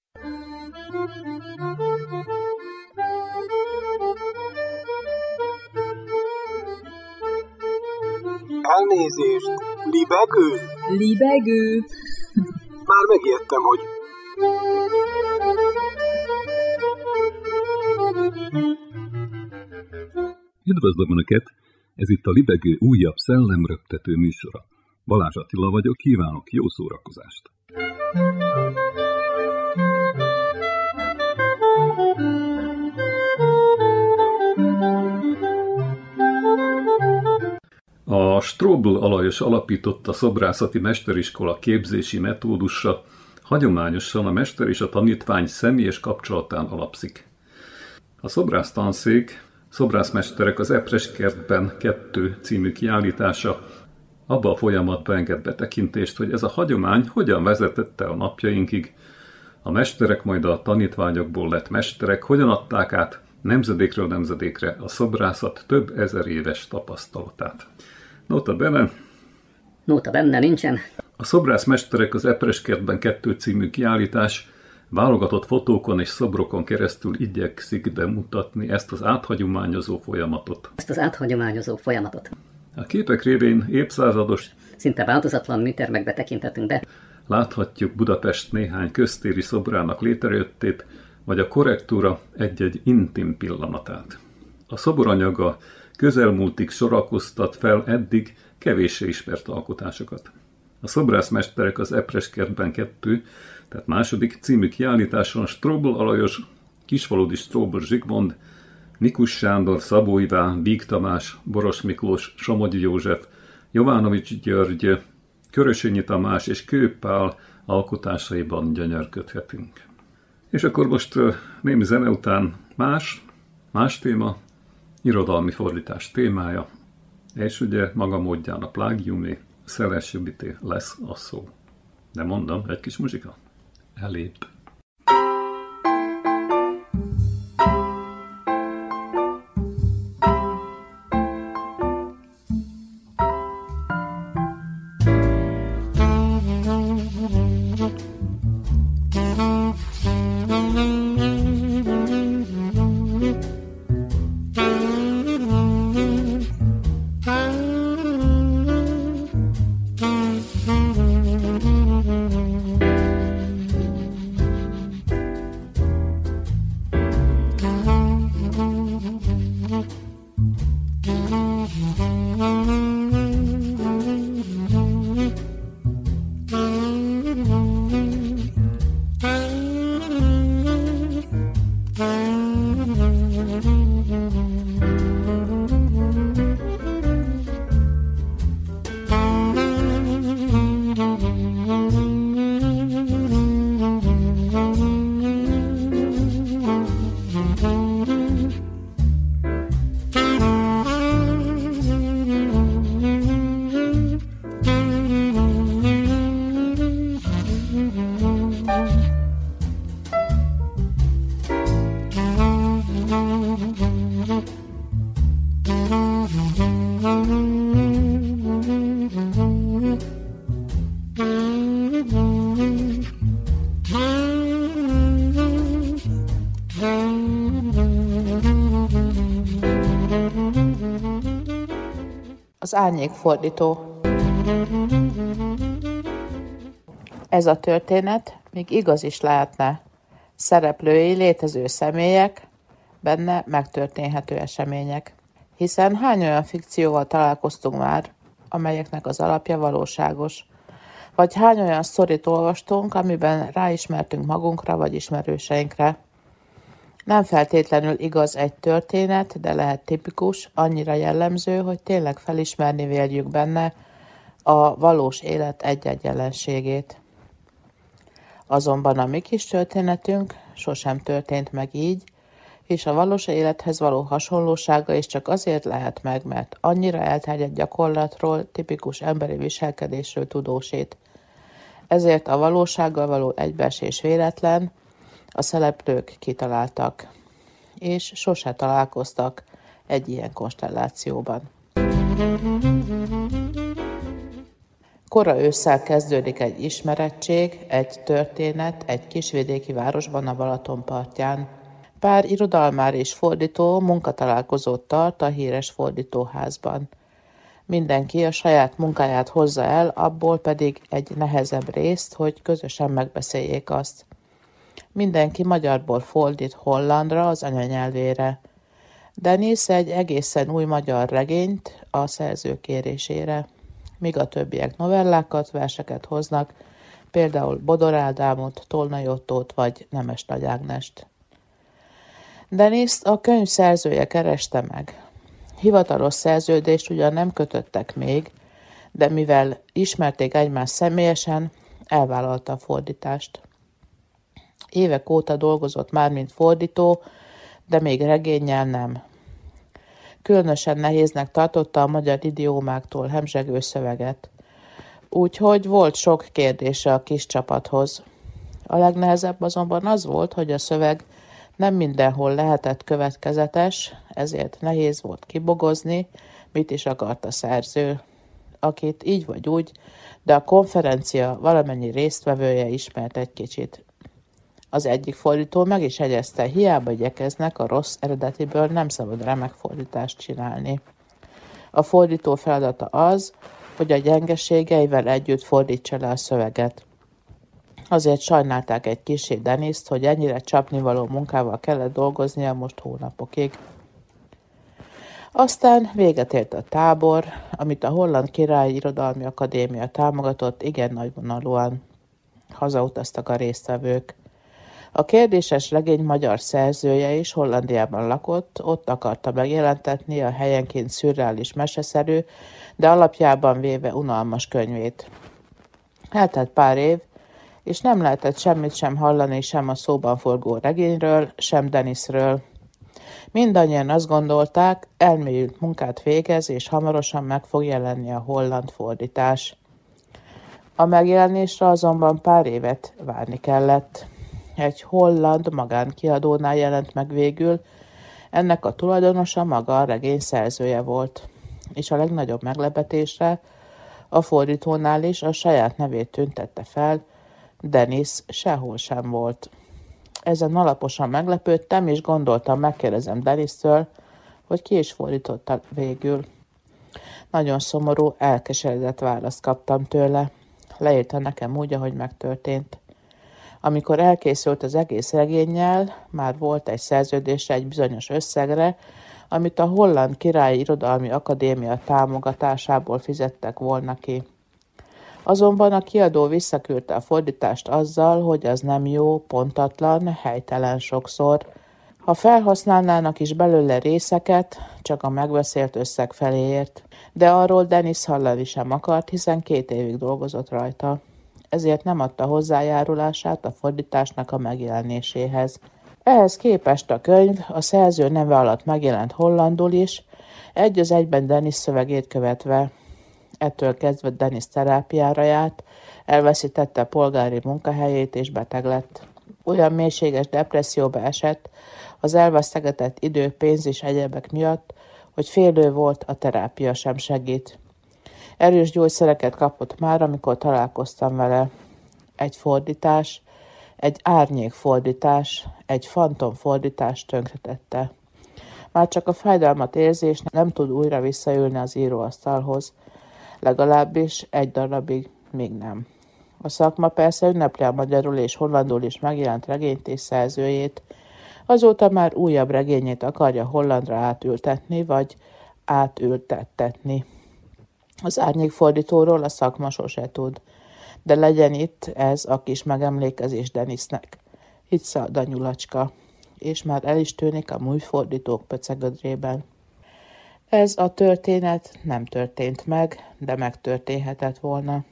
Elnézést! Libegő? Libegő? Már megijedtem, hogy... Üdvözlöm Önöket! Ez itt a Libegő újabb szellemröptető műsora. Balázs Attila vagyok, kívánok jó szórakozást! A Strobl Alajos alapította szobrászati mesteriskola képzési metódusa hagyományosan a mester és a tanítvány személyes kapcsolatán alapszik. A szobrásztanszék, Szobrászmesterek az Epreskertben 2 című kiállítása abba a folyamatba enged betekintést, hogy ez a hagyomány hogyan vezetett el napjainkig, a mesterek majd a tanítványokból lett mesterek, hogyan adták át nemzedékről nemzedékre a szobrászat több ezer éves tapasztalatát. Nota benne nincsen. A Szobrászmesterek az Epreskertben 2 című kiállítás válogatott fotókon és szobrokon keresztül igyekszik bemutatni ezt az áthagyományozó folyamatot. A képek révén évszázados, szinte változatlan műtermekbe tekintetünk be. Láthatjuk Budapest néhány köztéri szobrának létrejöttét, vagy a korrektúra egy-egy intim pillanatát. A szoboranyaga közelmúltig sorakoztat fel eddig kevéssé ismert alkotásokat. A Szobrászmesterek az Epreskertben 2, tehát második című kiállításon Strobl Alajos, Kisfaludy Strobl Zsigmond, Mikus Sándor, Szabó Iván, Víg Tamás, Boros Miklós, Somogyi József, Jovanovics György, Körösényi Tamás és Kő Pál alkotásaiban gyönyörködhetünk. És akkor most némi zene után más téma, irodalmi fordítás témája, és ugye maga módján a plágiumé, Szeles Judité lesz a szó. De mondom, egy kis muzsika. Elép. Az árnyékfordító. Ez a történet még igaz is lehetne. Szereplői létező személyek, benne megtörténhető események. Hiszen hány olyan fikcióval találkoztunk már, amelyeknek az alapja valóságos? Vagy hány olyan sztorit olvastunk, amiben ráismertünk magunkra vagy ismerőseinkre? Nem feltétlenül igaz egy történet, de lehet tipikus, annyira jellemző, hogy tényleg felismerni véljük benne a valós élet egy-egy jelenségét. Azonban a mi kis történetünk sosem történt meg így, és a valós élethez való hasonlósága is csak azért lehet meg, mert annyira elterjedt gyakorlatról, tipikus emberi viselkedésről tudósít. Ezért a valósággal való egybeesés véletlen, a szereplők kitaláltak, és sose találkoztak egy ilyen konstellációban. Kora ősszel kezdődik egy ismerettség, egy történet egy kisvidéki városban a Balaton partján. Pár irodalmár és fordító munkatalálkozót tart a híres fordítóházban. Mindenki a saját munkáját hozza el, abból pedig egy nehezebb részt, hogy közösen megbeszéljék azt. Mindenki magyarból fordít hollandra, az anyanyelvére. Denis egy egészen új magyar regényt a szerző kérésére, míg a többiek novellákat, verseket hoznak, például Bodor Ádámot, Tolnai Ottót vagy Nemes Nagy Ágnest. Denist a könyv szerzője kereste meg. Hivatalos szerződést ugyan nem kötöttek még, de mivel ismerték egymást személyesen, elvállalta a fordítást. Évek óta dolgozott már, mint fordító, de még regénnyel nem. Különösen nehéznek tartotta a magyar idiómáktól hemzsegő szöveget. Úgyhogy volt sok kérdése a kis csapathoz. A legnehezebb azonban az volt, hogy a szöveg nem mindenhol lehetett következetes, ezért nehéz volt kibogozni, mit is akart a szerző, akit így vagy úgy, de a konferencia valamennyi résztvevője ismert egy kicsit. Az egyik fordító meg is jegyezte, hiába igyekeznek, a rossz eredetiből nem szabad remek fordítást csinálni. A fordító feladata az, hogy a gyengeségeivel együtt fordítsa le a szöveget. Azért sajnálták egy kissé Denist, hogy ennyire csapnivaló munkával kellett dolgoznia most hónapokig. Aztán véget ért a tábor, amit a Holland Királyi Irodalmi Akadémia támogatott igen nagyvonalúan. Hazautaztak a résztvevők. A kérdéses regény magyar szerzője is Hollandiában lakott, ott akarta megjelentetni a helyenként szürreális meseszerű, de alapjában véve unalmas könyvét. Eltelt pár év, és nem lehetett semmit sem hallani sem a szóban forgó regényről, sem Denisről. Mindannyian azt gondolták, elmélyült munkát végez, és hamarosan meg fog jelenni a holland fordítás. A megjelenésre azonban pár évet várni kellett. Egy holland magánkiadónál jelent meg végül, ennek a tulajdonosa maga a regény szerzője volt, és a legnagyobb meglepetésre a fordítónál is a saját nevét tüntette fel, Denis sehol sem volt. Ezen alaposan meglepődtem, és gondoltam, megkérdezem Denistől, hogy ki is fordította végül. Nagyon szomorú, elkeseredett választ kaptam tőle. Leírta nekem úgy, ahogy megtörtént. Amikor elkészült az egész regénnyel, már volt egy szerződése egy bizonyos összegre, amit a Holland Királyi Irodalmi Akadémia támogatásából fizettek volna ki. Azonban a kiadó visszaküldte a fordítást azzal, hogy az nem jó, pontatlan, helytelen sokszor. Ha felhasználnának is belőle részeket, csak a megbeszélt összeg feléért. De arról Denis hallani sem akart, hiszen 2 évig dolgozott rajta. Ezért nem adta hozzájárulását a fordításnak a megjelenéséhez. Ehhez képest a könyv a szerző neve alatt megjelent hollandul is, egy az egyben Denis szövegét követve. Ettől kezdve Denis terápiára járt, elveszítette polgári munkahelyét és beteg lett. Olyan mélységes depresszióba esett az elvesztegetett idő, pénz és egyebek miatt, hogy félő volt, a terápia sem segít. Erős gyógyszereket kapott már, amikor találkoztam vele. Egy fordítás, egy árnyékfordítás, egy fantomfordítás tönkretette. Már csak a fájdalmat érzés nem tud újra visszaülni az íróasztalhoz. Legalábbis egy darabig még nem. A szakma persze ünnepli a magyarul és hollandul is megjelent regényt és szerzőjét, azóta már újabb regényét akarja hollandra átültetni, vagy átültettetni. Az árnyékfordítóról a szakma sose tud, de legyen itt ez a kis megemlékezés Denisnek. Itt szalad a nyulacska, és már el is tűnik a műfordítók pöcegödrében. Ez a történet nem történt meg, de megtörténhetett volna.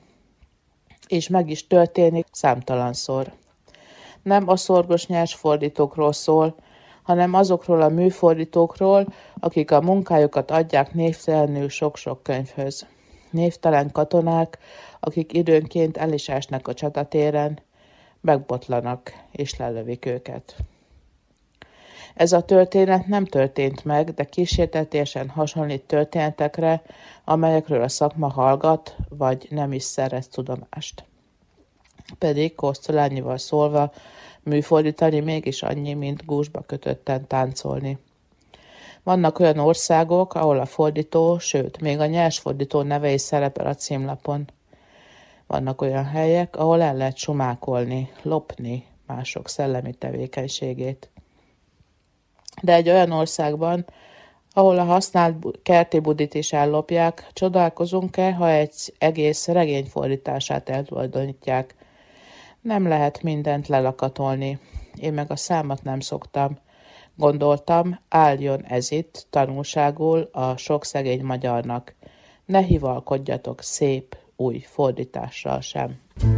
És meg is történik számtalanszor. Nem a szorgos nyers fordítókról szól, hanem azokról a műfordítókról, akik a munkájukat adják névtelenül sok-sok könyvhöz. Névtelen katonák, akik időnként el is esnek a csatatéren, megbotlanak és lelövik őket. Ez a történet nem történt meg, de kísértetésen hasonlít történetekre, amelyekről a szakma hallgat, vagy nem is szerez tudomást. Pedig Kosztolányival szólva, műfordítani mégis annyi, mint gúzsba kötötten táncolni. Vannak olyan országok, ahol a fordító, sőt, még a nyersfordító neve is szerepel a címlapon. Vannak olyan helyek, ahol el lehet sumákolni, lopni mások szellemi tevékenységét. De egy olyan országban, ahol a használt kerti budit is ellopják, csodálkozunk-e, ha egy egész regény fordítását eltulajdonítják. Nem lehet mindent lelakatolni. Én meg a számot nem szoktam. Gondoltam, álljon ez itt tanulságul a sok szegény magyarnak. Ne hivalkodjatok szép, új fordítással sem.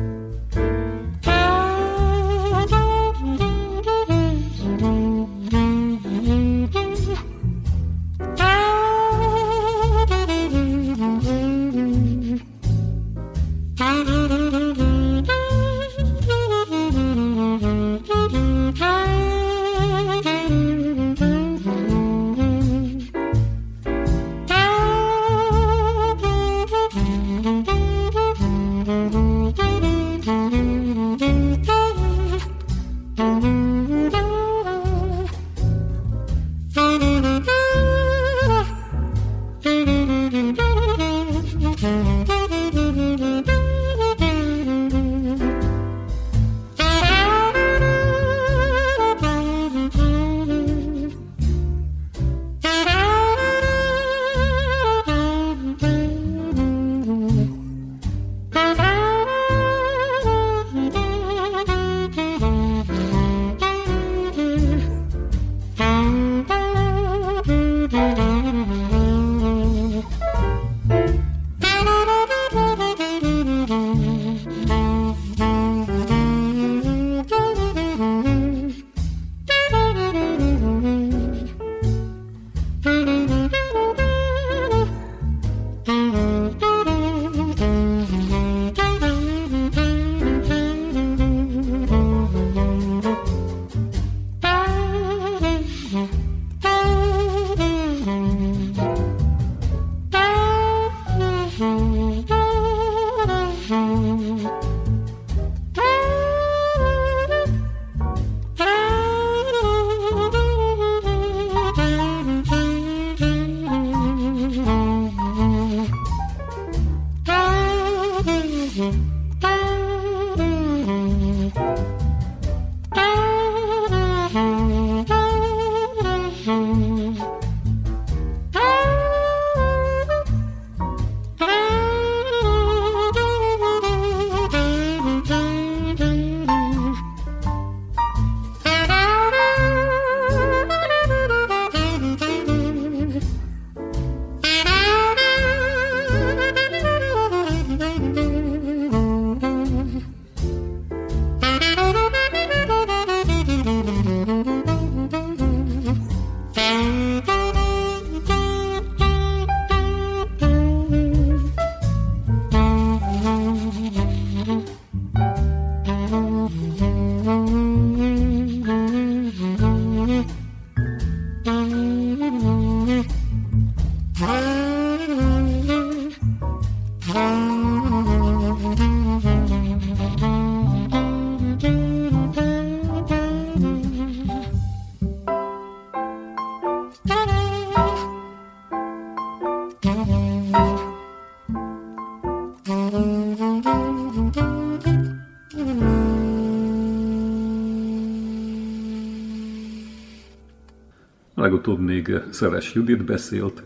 Legutóbb még Szeles Judit beszélt,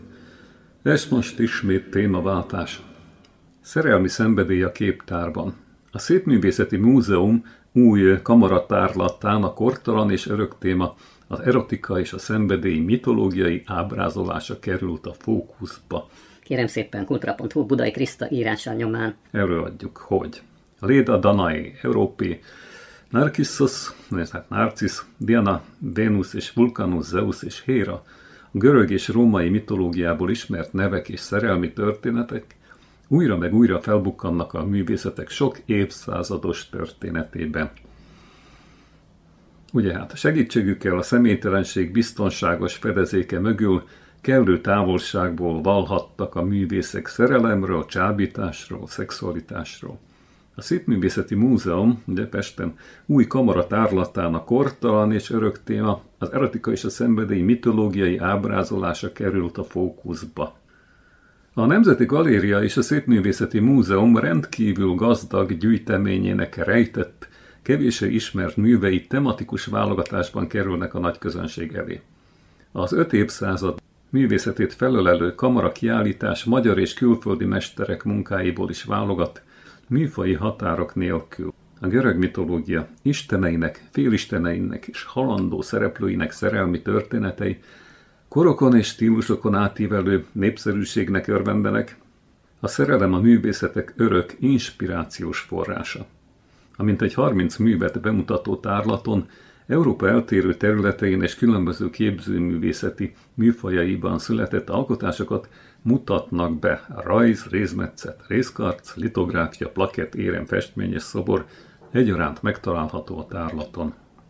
és most ismét témaváltás. Szerelmi szenvedély a képtárban. A Szépművészeti Múzeum új kamaratárlatán a kortalan és örök téma, az erotika és a szenvedély mitológiai ábrázolása került a fókuszba. Kérem szépen, kultra.hu Budai Kriszta írása nyomán. Előadjuk, hogy Leda Danae, Európi, Narcissus, Narcisz, Diana, Vénusz és Vulkanus, Zeus és Héra, a görög és római mitológiából ismert nevek és szerelmi történetek újra meg újra felbukkannak a művészetek sok évszázados történetében. Ugye hát segítségükkel a személytelenség biztonságos fedezéke mögül kellő távolságból vallhattak a művészek szerelemről, csábításról, szexualitásról. A Szépművészeti Múzeum, ugye Pesten, új kamaratárlatán a kortalan és örök téma, az erotika és a szenvedély mitológiai ábrázolása került a fókuszba. A Nemzeti Galéria és a Szépművészeti Múzeum rendkívül gazdag gyűjteményének rejtett, kevéssé ismert művei tematikus válogatásban kerülnek a nagyközönség elé. Az 5 évszázad művészetét felölelő kamarakiállítás magyar és külföldi mesterek munkáiból is válogat, műfaji határok nélkül. A görög mitológia isteneinek, félisteneinek és halandó szereplőinek szerelmi történetei korokon és stílusokon átívelő népszerűségnek örvendenek, a szerelem a művészetek örök inspirációs forrása. Amint egy 30 művet bemutató tárlaton, Európa eltérő területein és különböző képzőművészeti műfajaiban született alkotásokat mutatnak be rajz, rézmetszet, rézkarc, litográfia, plakett, érem, festmény és szobor egyaránt megtalálható a tárlaton.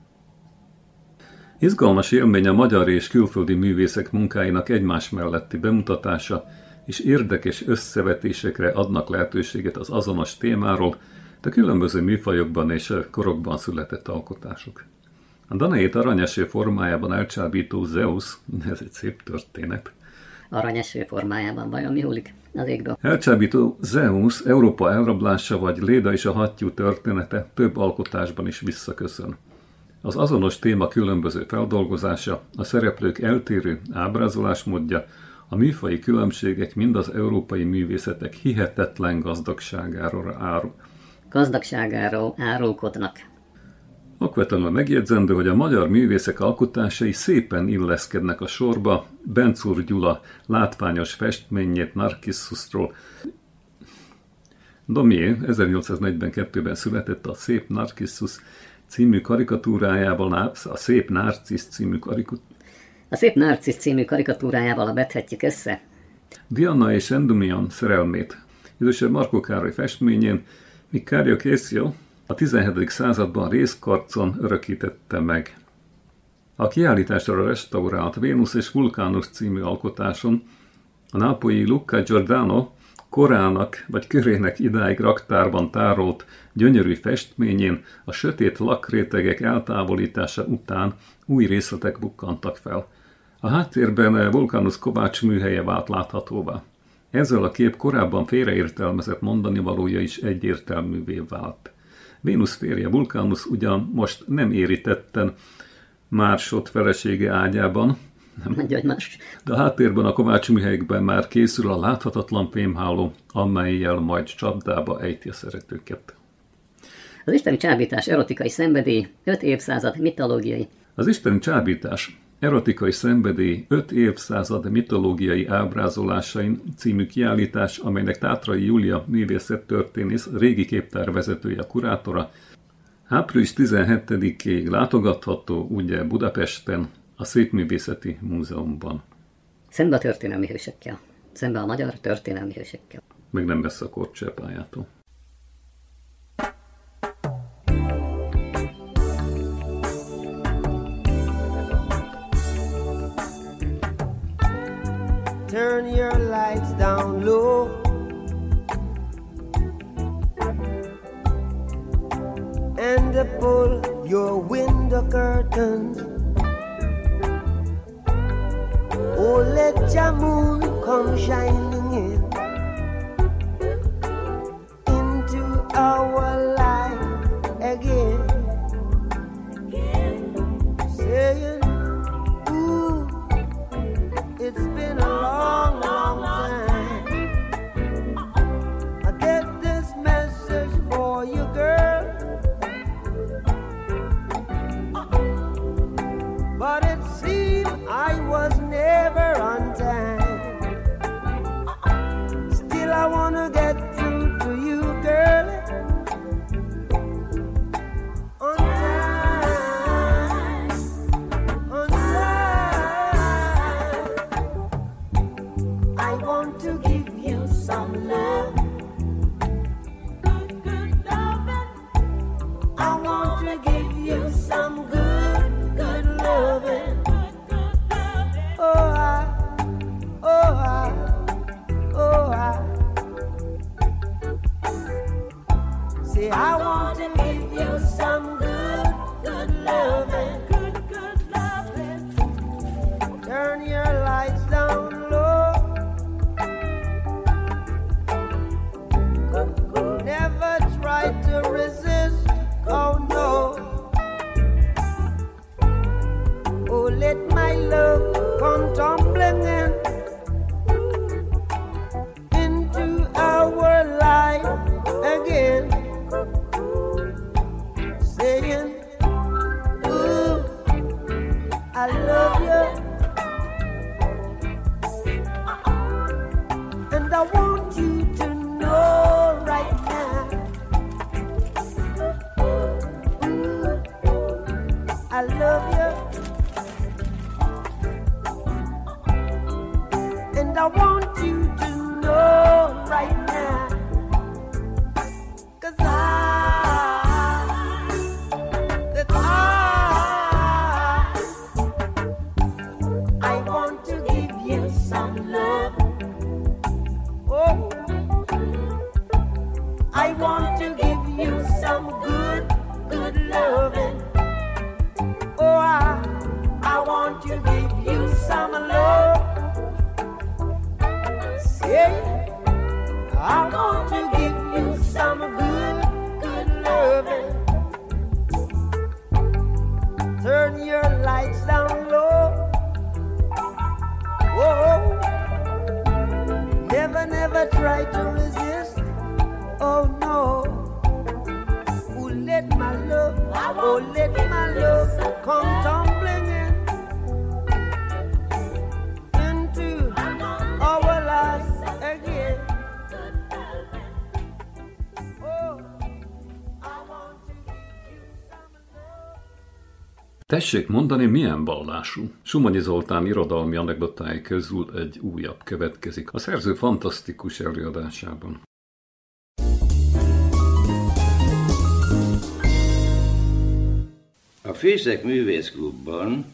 Izgalmas élmény a magyar és külföldi művészek munkáinak egymás melletti bemutatása, és érdekes összevetésekre adnak lehetőséget az azonos témáról, de különböző műfajokban és korokban született alkotások. A Danaét aranyeső formájában elcsábító Zeus, ez egy szép történet. Aranyeső formájában vajon mi hullik az égből? Elcsábító Zeus Európa elrablása vagy Léda és a hattyú története több alkotásban is visszaköszön. Az azonos téma különböző feldolgozása, a szereplők eltérő ábrázolásmódja, a műfaji különbségek mind az európai művészetek hihetetlen gazdagságáról árulkodnak. Okvetlenül megjegyzendő, hogy a magyar művészek alkotásai szépen illeszkednek a sorba. Bencúr Gyula látványos festményét Narcisszusról. Daumier 1842-ben született, a Szép Narcissus című karikatúrájával, a Szép Narcisz című karikatúrájával vethetjük össze Diana és Endymion szerelmét. Idősebb Markó Károly festményén Vicario Casio a 17. században rézkarcon örökítette meg. A kiállításra restaurált Vénusz és Vulkánus című alkotáson a nápolyi Luca Giordano korának vagy körének idáig raktárban tárolt gyönyörű festményén a sötét lakrétegek eltávolítása után új részletek bukkantak fel. A háttérben Vulkánus kovács műhelye vált láthatóvá. Ezzel a kép korábban félreértelmezett mondanivalója is egyértelművé vált. Vénusz férje Vulkánus ugyan most nem éri tetten Mársot felesége ágyában, de a háttérben a kovács műhelyekben már készül a láthatatlan fémháló, amellyel majd csapdába ejti a szeretőket. Az isteni csábítás erotikai szenvedély, 5 évszázad mitológiai. Az isteni csábítás erotikai szenvedély 5 évszázad mitológiai ábrázolásain című kiállítás, amelynek Tátrai Júlia művészettörténész, régi képtár vezetője, a kurátora, április 17-ig látogatható ugye Budapesten, a Szépművészeti Múzeumban. Szembe a történelmi hősökkel. Szembe a magyar történelmi hősökkel. Meg nem messze a Korcserpályától. Turn your lights down low. And pull your window curtains. Oh, let your moon come shining in into our life again. Saying, ooh, it's been a long, long time. I get this message for you, girl, but it seemed I was never on time. Still I wanna get through to you, girl, I love you, and I want you to know right now. I love you, and I want you to know right now. 'Cause I want to give you some love. Oh, I want to give you some good loving. Oh, I want to give you some love. Say, I want to give you some good loving. Turn your lights down low. Whoa. Never try to resist. Oh no. Oh, let my love, oh, let my love come tumbling into our lives again. Oh, I want to give you some love. Tessék mondani, milyen vallású? Somonyi Zoltán irodalmi anekdotái közül egy újabb következik a szerző fantasztikus előadásában. A Fészek Művészklubban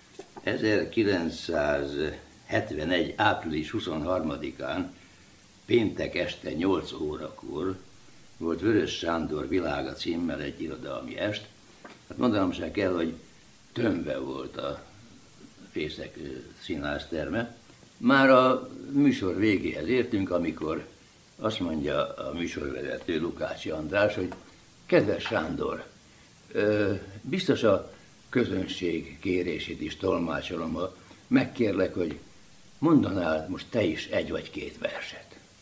1971. április 23-án péntek este 8 órakor volt Vörös Sándor Világa címmel egy irodalmi est. Hát mondanom se kell, hogy tömve volt a Fészek színházterme. Már a műsor végéhez értünk, amikor azt mondja a műsorvezető Lukácsi András, hogy kedves Sándor, biztos a közönség kérését is tolmácsolom, ha megkérlek, hogy mondanál most te is egy vagy két verset.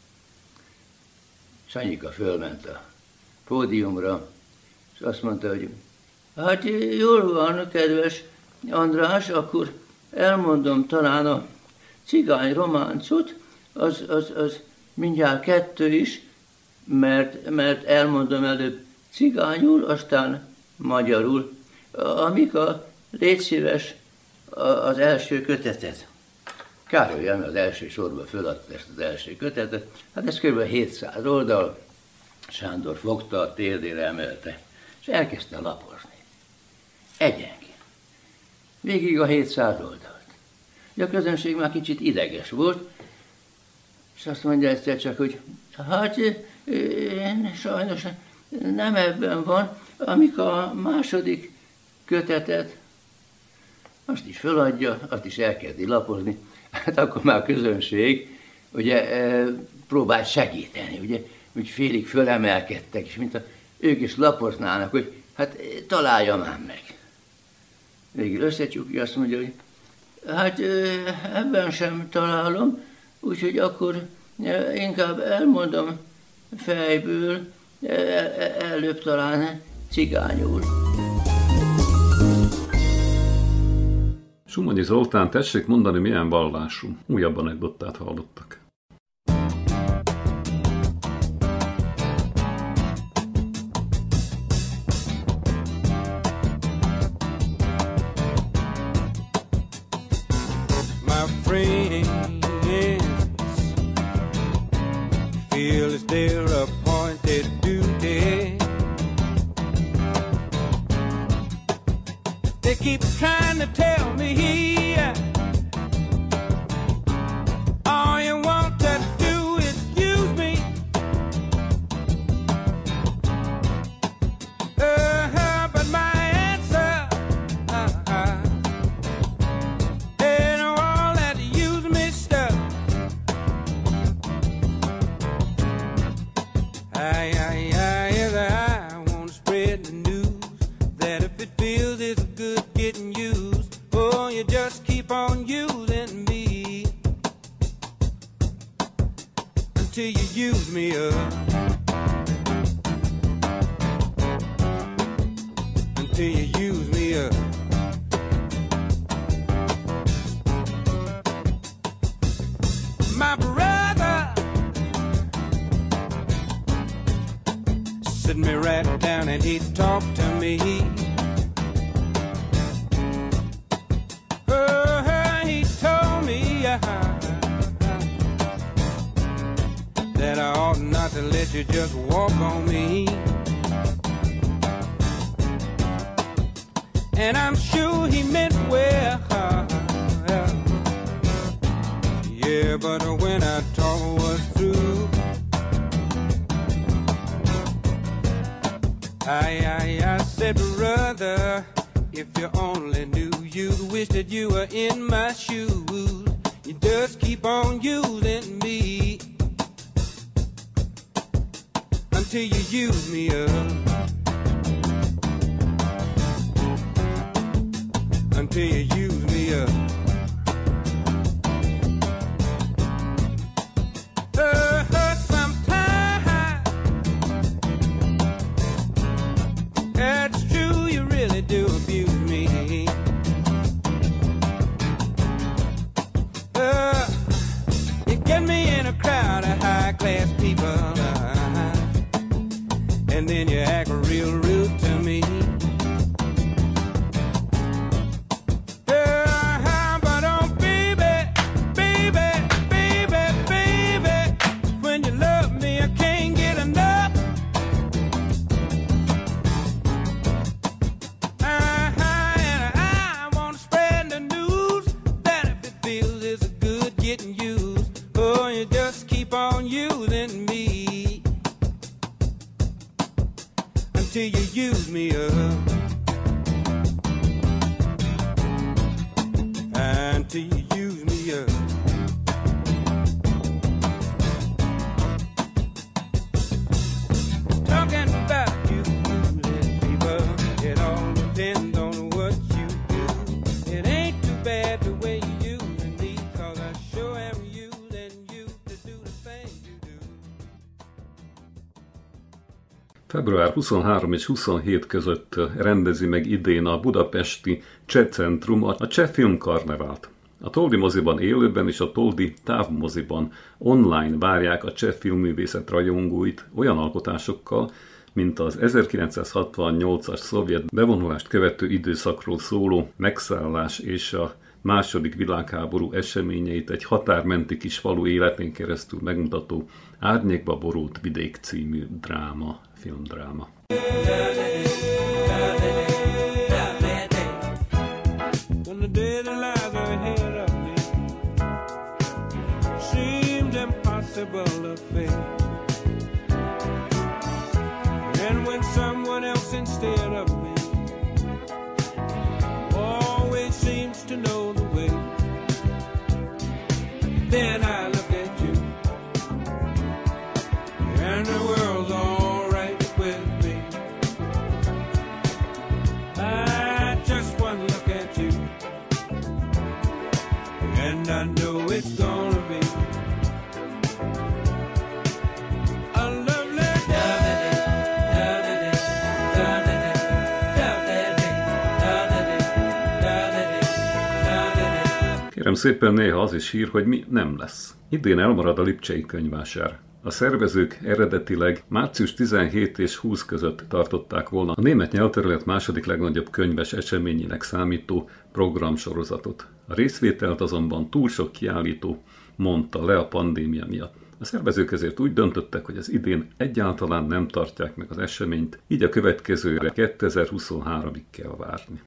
Sanyika fölment a pódiumra, és azt mondta, hogy hát jól van, kedves András, akkor elmondom talán a cigány románcot, az mindjárt 2 is, mert elmondom előbb cigányul, aztán magyarul. Amika, légy szíves az első kötetet. Károly Eme az első sorban föladta ezt az első kötetet. Hát ez kb. 700 oldal. Sándor fogta, a térdére emelte, és elkezdte lapozni. Egyenként. Végig a 700 oldalt. De a közönség már kicsit ideges volt, és azt mondja egyszer csak, hogy hát sajnos nem ebben van, amikor a második kötetet, azt is föladja, azt is elkezdi lapozni, hát akkor már a közönség ugye próbált segíteni, ugye, úgy félig fölemelkedtek, és mint ők is lapoznának, hogy hát találja már meg. Végül összecsukja, azt mondja, hogy hát ebben sem találom, úgyhogy akkor inkább elmondom fejből, előbb talán cigányul. Somonyi Zoltán, tessék mondani, milyen vallású? Újabb anekdotát hallottak. My friends feel it's their appointed duty. They keep trying to tell me all you want to do is use me. But my answer ain't all that use me stuff. I want to spread the news that if it feels it's good getting used, oh, you just keep on should just walk on me. And I'm sure he meant well. Yeah, but when our talk was through, I said, brother, if you only knew, you'd wish that you were in my shoes. You just keep on using me until you use me up. Until you use me up. Sometimes that's true, you really do abuse me. You get me in a crowd of high-class people, and then you act real rude to me. Till you use me up, until you use me up. Talking about you, people, it all depends on what you do. It ain't too bad the way you using me, 'cause I sure am using you to do the things you do. Február 23 és 27 között rendezi meg idén a budapesti Cseh Centrum a Cseh Filmkarnevált. A Toldi moziban élőben és a Toldi távmoziban online várják a cseh filmművészet rajongóit olyan alkotásokkal, mint az 1968-as szovjet bevonulást követő időszakról szóló Megszállás és a II. Világháború eseményeit egy határmenti kis falu életén keresztül megmutató Árnyékba borult vidék című filmdráma. When the dead lies ahead of me seemed impossible to face, and when someone else instead of me always seems to know the way, then I look at you and the world's all right with me. Just one look at you and I know it's gonna be a lovely day. Kérem szépen, néha az is hír, hogy mi nem lesz. Idén elmarad a Lipcsei könyvvásár. A szervezők eredetileg március 17 és 20 között tartották volna a német nyelvterület második legnagyobb könyves eseményének számító programsorozatot. A részvételt azonban túl sok kiállító mondta le a pandémia miatt. A szervezők ezért úgy döntöttek, hogy az idén egyáltalán nem tartják meg az eseményt, így a következőre 2023-ig kell várni.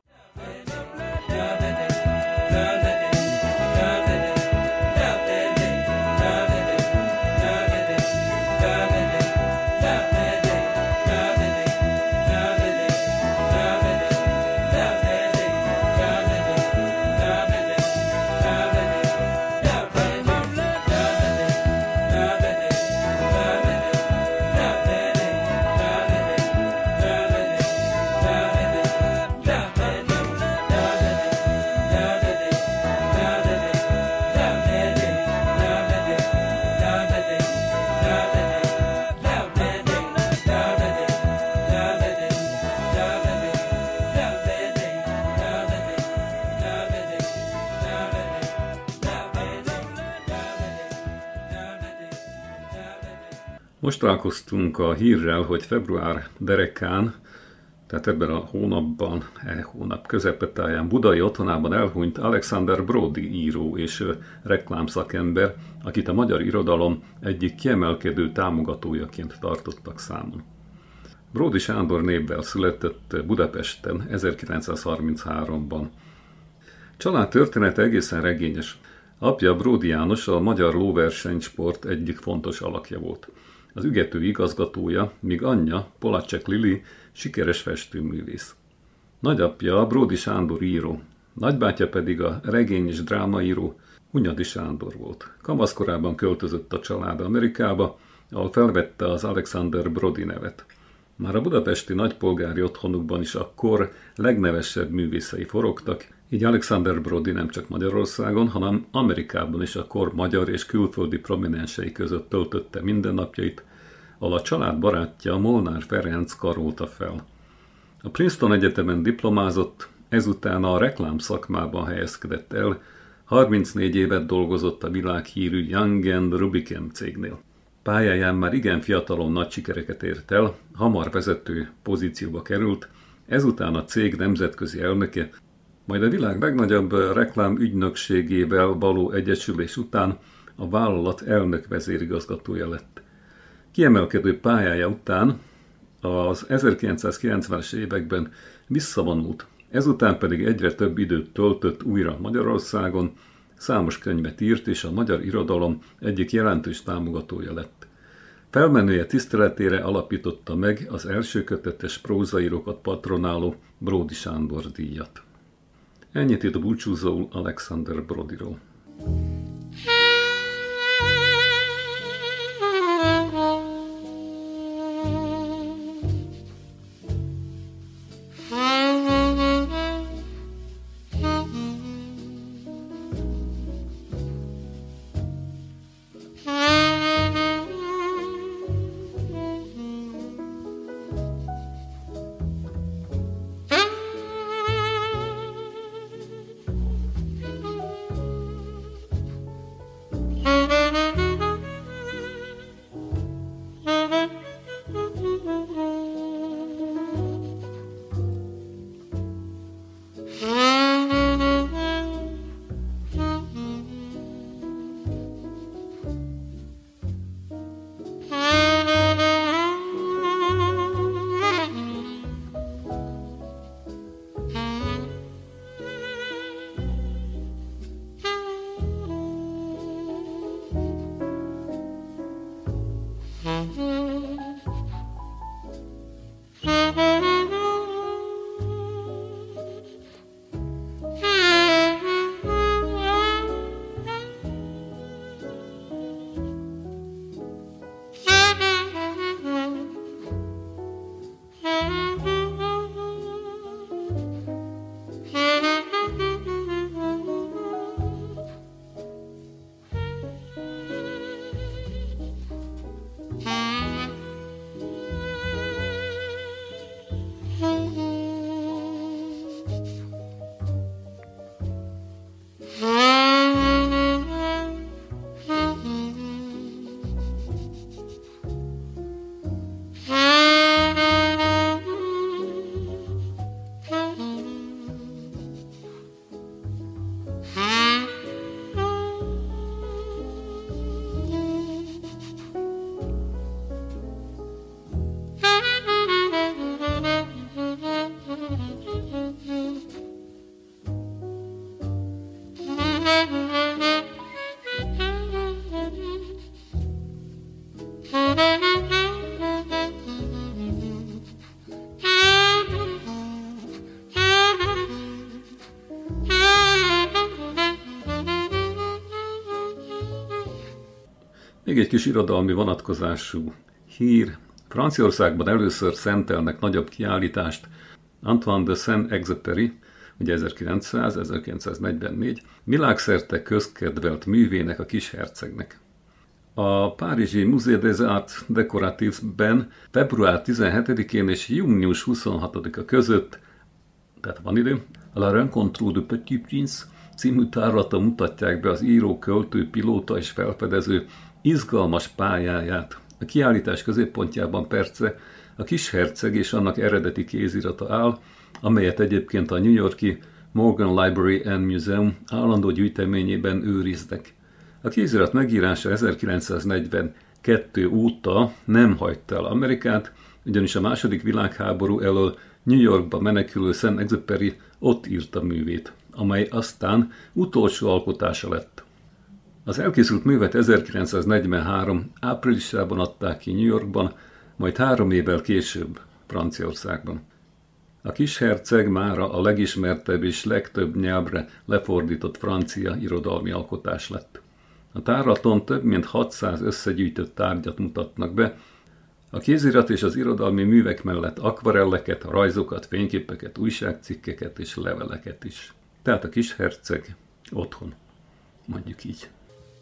Most találkoztunk a hírrel, hogy február derekán Tehát ebben a hónapban, hónap közepetáján budai otthonában elhunyt Alexander Brody író és reklámszakember, akit a magyar irodalom egyik kiemelkedő támogatójaként tartottak számon. Bródy Sándor névvel született Budapesten 1933-ban. Család története egészen regényes. Apja Bródy János a magyar lóversenysport egyik fontos alakja volt. Az ügető igazgatója, míg anyja, Polácsek Lili, sikeres festőművész. Nagyapja Bródy Sándor író, nagybátyja pedig a regény- és drámaíró Hunyadi Sándor volt. Kamaszkorában költözött a család Amerikába, ahol felvette az Alexander Brody nevet. Már a budapesti nagypolgári otthonukban is a kor legnevesebb művészei forogtak, így Alexander Brody nem csak Magyarországon, hanem Amerikában is a kor magyar és külföldi prominensei között töltötte mindennapjait, ahol a család barátja Molnár Ferenc karolta fel. A Princeton Egyetemen diplomázott, ezután a reklám szakmában helyezkedett el, 34 évet dolgozott a világhírű Young & Rubicam cégnél. Pályáján már igen fiatalon nagy sikereket ért el, hamar vezető pozícióba került, ezután a cég nemzetközi elnöke, majd a világ legnagyobb reklámügynökségével való egyesülés után a vállalat elnök vezérigazgatója lett. Kiemelkedő pályája után az 1990-es években visszavonult, ezután pedig egyre több időt töltött újra Magyarországon, számos könyvet írt és a magyar irodalom egyik jelentős támogatója lett. Felmenője tiszteletére alapította meg az első kötetes prózaírókat patronáló Bródy Sándor díjat. Ennyit itt a búcsúzóul Alexander Brodyról. Még egy kis irodalmi vonatkozású hír. Franciaországban először szentelnek nagyobb kiállítást Antoine de Saint-Exupéry, ugye 1900-1944, világszerte közkedvelt művének, a Kishercegnek. A párizsi Musée des Arts Décoratifs-ben február 17-én és június 26-a között, tehát van idő, a La Rencontre du Petit Prince című tárlata mutatják be az író, költő, pilóta és felfedező izgalmas pályáját. A kiállítás középpontjában perce A kis herceg és annak eredeti kézirata áll, amelyet egyébként a New York-i Morgan Library and Museum állandó gyűjteményében őriznek. A kézirat megírása 1942 óta nem hagyta el Amerikát, ugyanis a II. Világháború elől New Yorkba menekülő Saint-Exupéry ott írta művét, amely aztán utolsó alkotása lett. Az elkészült művet 1943 áprilisában adták ki New Yorkban, majd 3 évvel később Franciaországban. A kis herceg mára a legismertebb és legtöbb nyelvre lefordított francia irodalmi alkotás lett. A tárlaton több mint 600 összegyűjtött tárgyat mutatnak be, a kézirat és az irodalmi művek mellett akvarelleket, rajzokat, fényképeket, újságcikkeket és leveleket is. Tehát a kis herceg otthon, mondjuk így.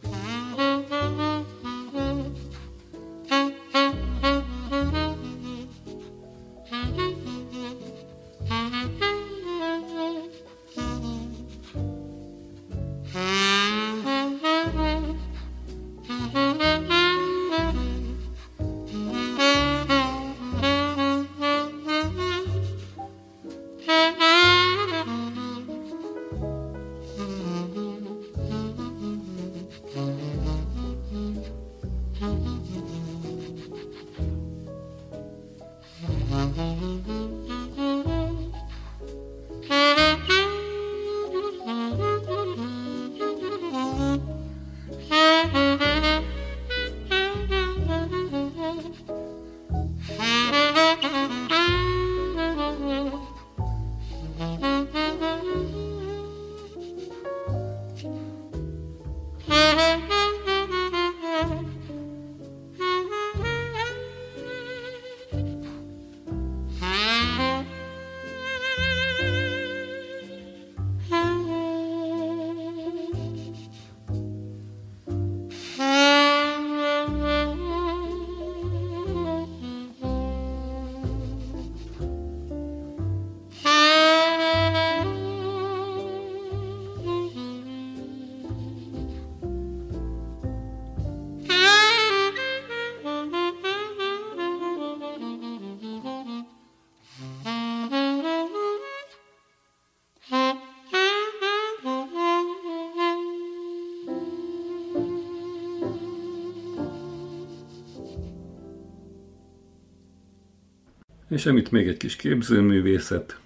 És emitt még egy kis képzőművészet,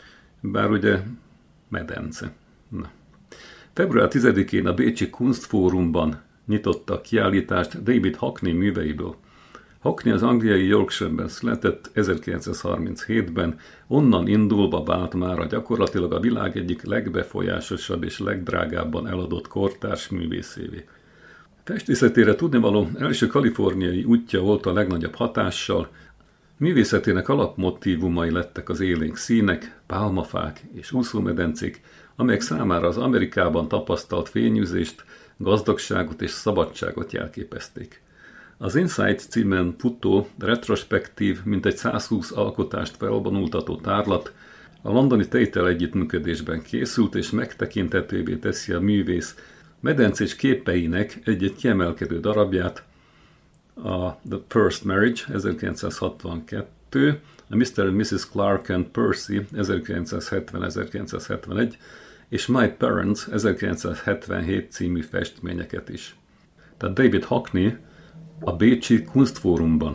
bár ugye medence. Na. Február 10-én a bécsi Kunstfórumban nyitotta kiállítást David Hockney műveiből. Hockney az angliai Yorkshire-ben született 1937-ben, onnan indulva vált mára gyakorlatilag a világ egyik legbefolyásosabb és legdrágábban eladott kortárs művészévé. Festészetére tudnivaló első kaliforniai útja volt a legnagyobb hatással, művészetének alapmotívumai lettek az élénk színek, pálmafák és úszómedencék, amelyek számára az Amerikában tapasztalt fényűzést, gazdagságot és szabadságot jelképezték. Az Insight címen futó, retrospektív, mintegy 120 alkotást felvonultató tárlat a londoni Tate-tel együttműködésben készült és megtekinthetővé teszi a művész medencés képeinek egy-egy kiemelkedő darabját, a The First Marriage 1962, a Mr. and Mrs. Clark and Percy 1970-1971 és My Parents 1977 című festményeket is. Tehát David Hockney a bécsi Kunstfórumban.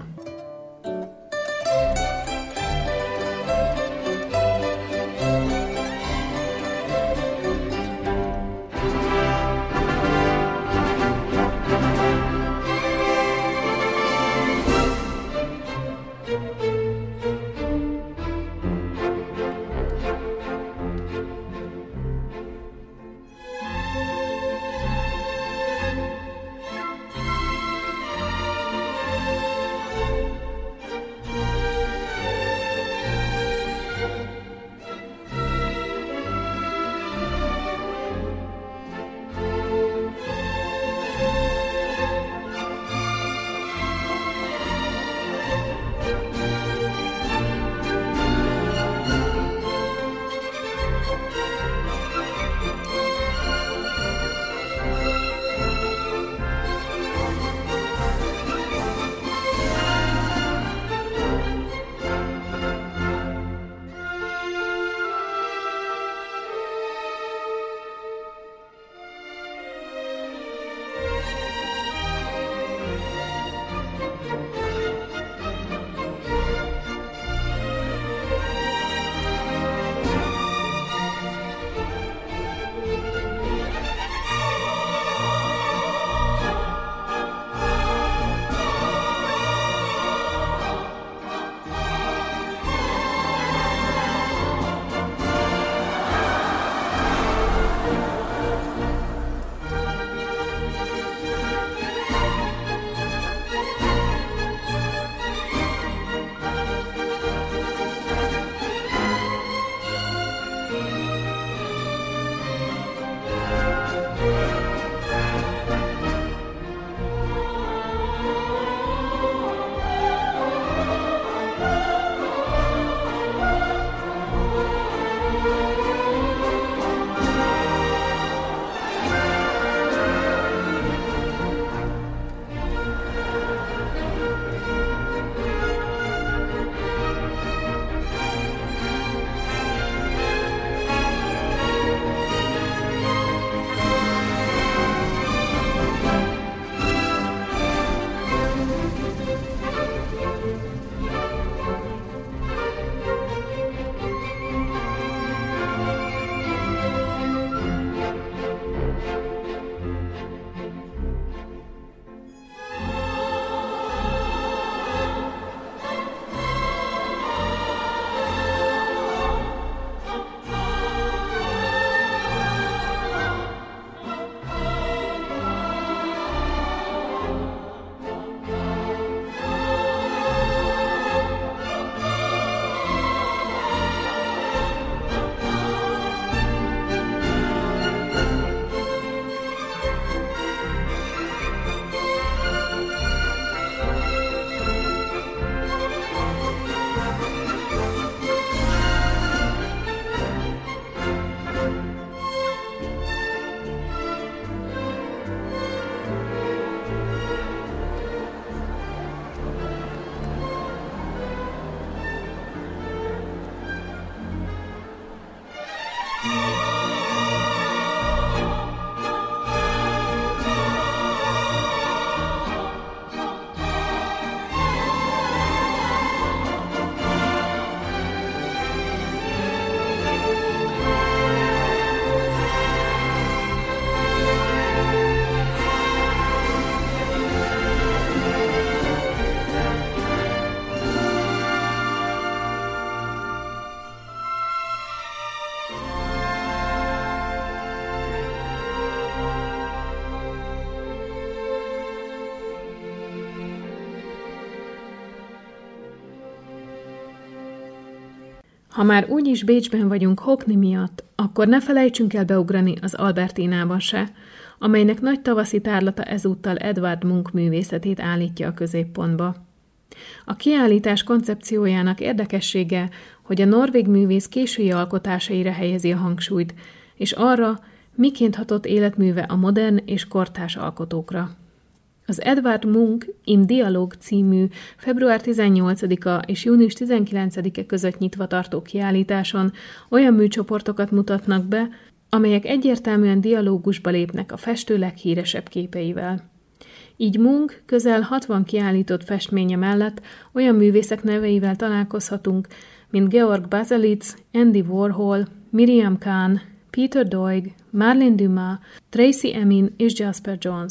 Ha már úgyis Bécsben vagyunk Hockney miatt, akkor ne felejtsünk el beugrani az Albertinában se, amelynek nagy tavaszi tárlata ezúttal Edvard Munch művészetét állítja a középpontba. A kiállítás koncepciójának érdekessége, hogy a norvég művész késői alkotásaira helyezi a hangsúlyt, és arra, miként hatott életműve a modern és kortárs alkotókra. Az Edvard Munch Im Dialog című február 18-a és június 19-e között nyitva tartó kiállításon olyan műcsoportokat mutatnak be, amelyek egyértelműen dialógusba lépnek a festő leghíresebb képeivel. Így Munch közel 60 kiállított festménye mellett olyan művészek neveivel találkozhatunk, mint Georg Baselitz, Andy Warhol, Miriam Kahn, Peter Doig, Marlene Dumas, Tracy Emin és Jasper Johns.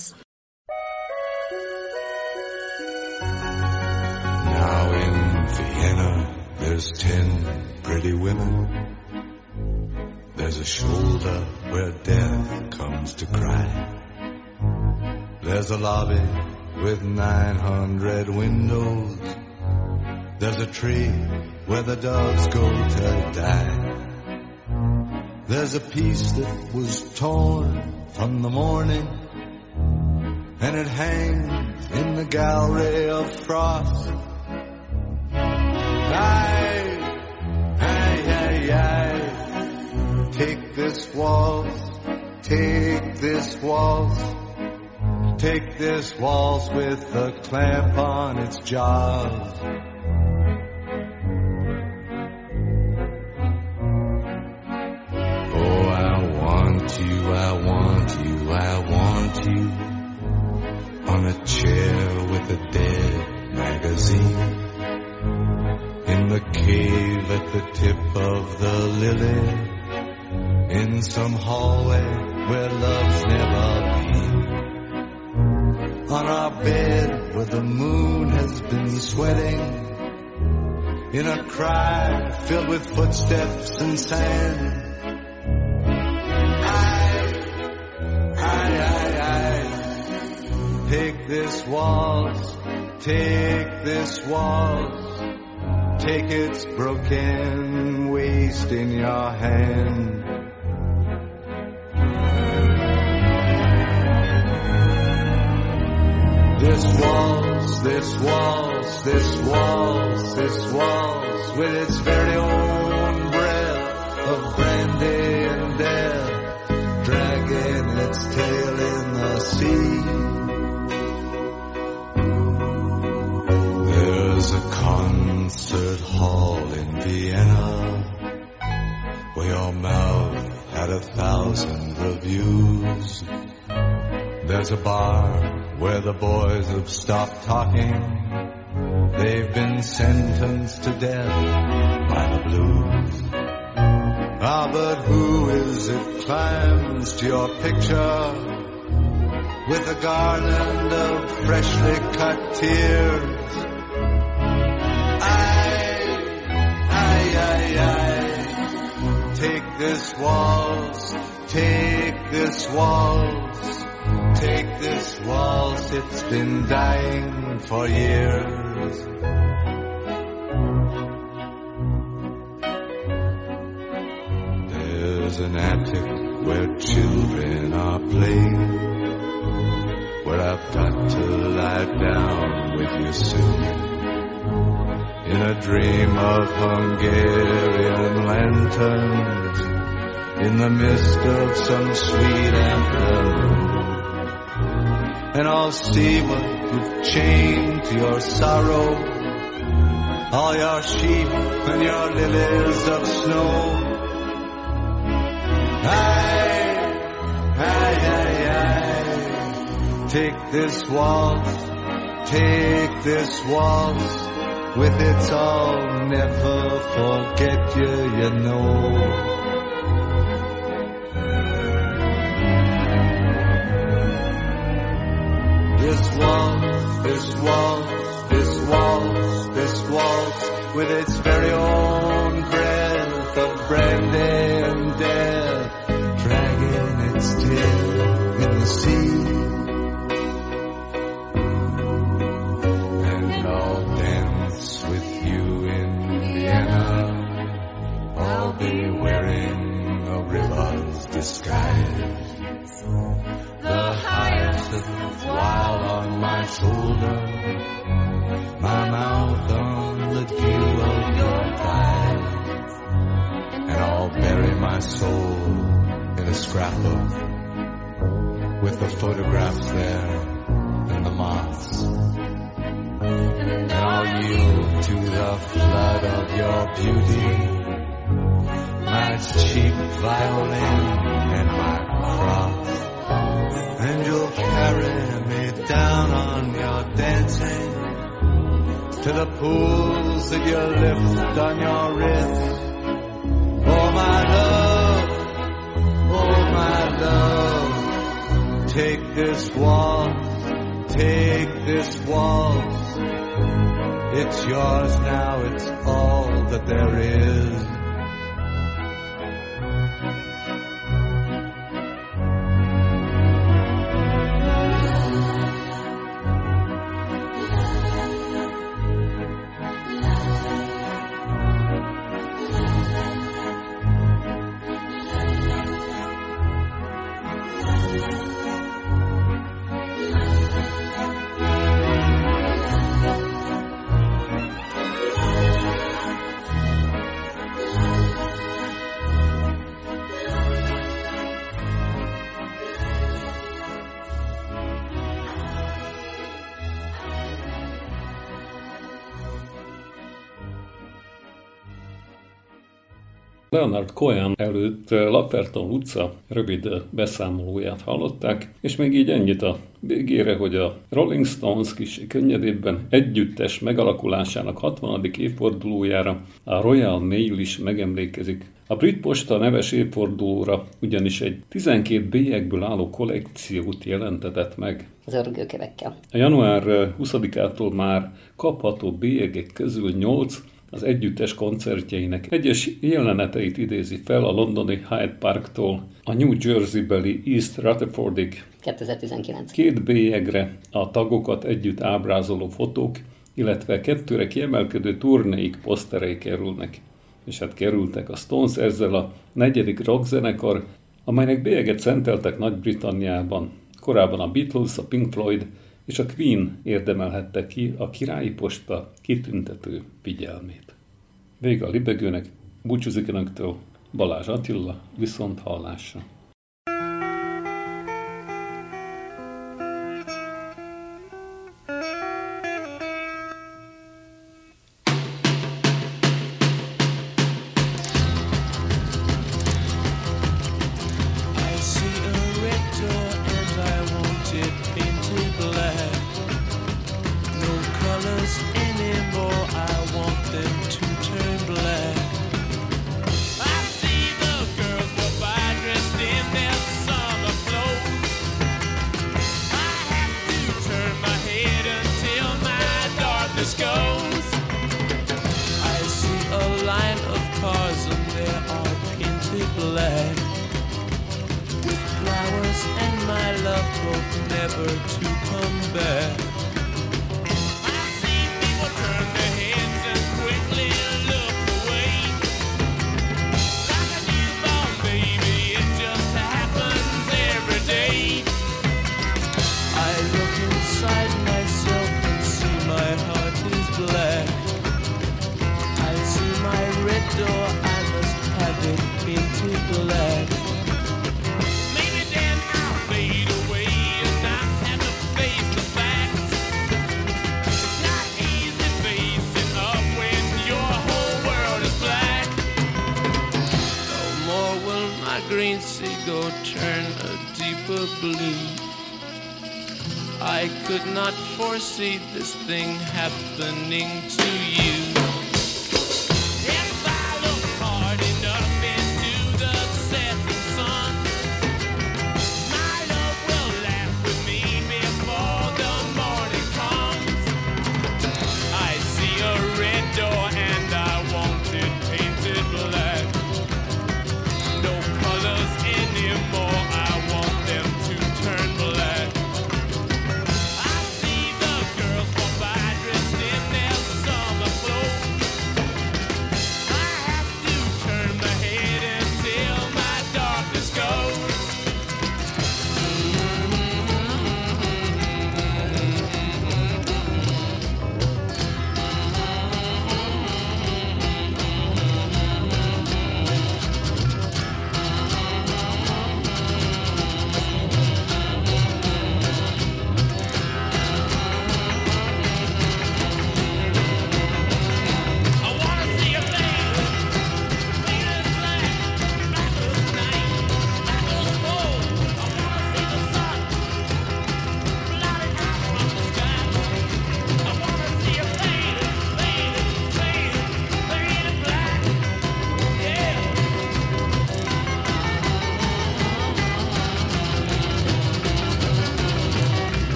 Now in Vienna there's 10 pretty women. There's a shoulder where death comes to cry. There's a lobby with 900 windows. There's a tree where the dogs go to die. There's a piece that was torn from the morning, and it hangs in the gallery of frost. Aye, aye, aye, aye. Take this waltz, take this waltz, take this waltz with a clamp on its jaws. Oh, I want you, I want you, I want you on a chair with a dead magazine. In the cave at the tip of the lily, in some hallway where love's never been. On our bed where the moon has been sweating, in a cry filled with footsteps and sand. I take this waltz, take this waltz. Take its broken waist in your hand. This waltz, this waltz, this waltz, this waltz, with its very own breath of brandy and death, dragging its tail in the sea. There's a concert hall in Vienna where your mouth had 1,000 reviews. There's a bar where the boys have stopped talking. They've been sentenced to death by the blues. Ah, but who is it climbs to your picture with a garland of freshly cut tears? Take this waltz, take this waltz, take this waltz, it's been dying for years. There's an attic where children are playing, where I've got to lie down with you soon. In a dream of Hungarian lanterns, in the mist of some sweet afternoon. And I'll see what you've chained to your sorrow, all your sheep and your lilies of snow. Aye, aye, aye, aye. Take this waltz, take this waltz, with its I'll never forget you, you know. This waltz, this waltz, this waltz, this waltz, with its very own breath of brandy and death, dragging its tail in the sea. skies. The hyacinth wild on my shoulder, my mouth on the dew of your thighs, and I'll bury my soul in a scrapbook with the photographs there and the moths. And I'll yield to the flood of your beauty, my cheap violin and my cross, and you'll carry me down on your dancing to the pools that you lift on your wrist. Oh my love, oh my love, take this waltz, take this waltz. It's yours now, it's all that there is. Leonard Cohen előtt Lapperton utca rövid beszámolóját hallották, és még így ennyit a végére, hogy a Rolling Stones kis könnyedében együttes megalakulásának 60. évfordulójára a Royal Mail is megemlékezik. A Brit Posta neves évfordulóra ugyanis egy 12 bélyegből álló kollekciót jelentetett meg. Az örgőkövekkel. A január 20-ától már kapható bélyegek közül 8 az együttes koncertjeinek egyes jeleneteit idézi fel a londoni Hyde Parktól a New Jersey-beli East Rutherfordig. 2019. 2 bélyegre a tagokat együtt ábrázoló fotók, illetve 2-re kiemelkedő turnéik poszterei kerülnek. És hát kerültek a Stones, ezzel a 4. rockzenekar, amelynek bélyeget szenteltek Nagy-Britanniában. Korábban a Beatles, a Pink Floyd és a Queen érdemelhette ki a Királyi Posta kitüntető figyelmét. Vége a libegőnek, búcsúzik önöktől Balázs Attila, viszont hallásra. green seagull turn a deeper blue. I could not foresee this thing happening to you.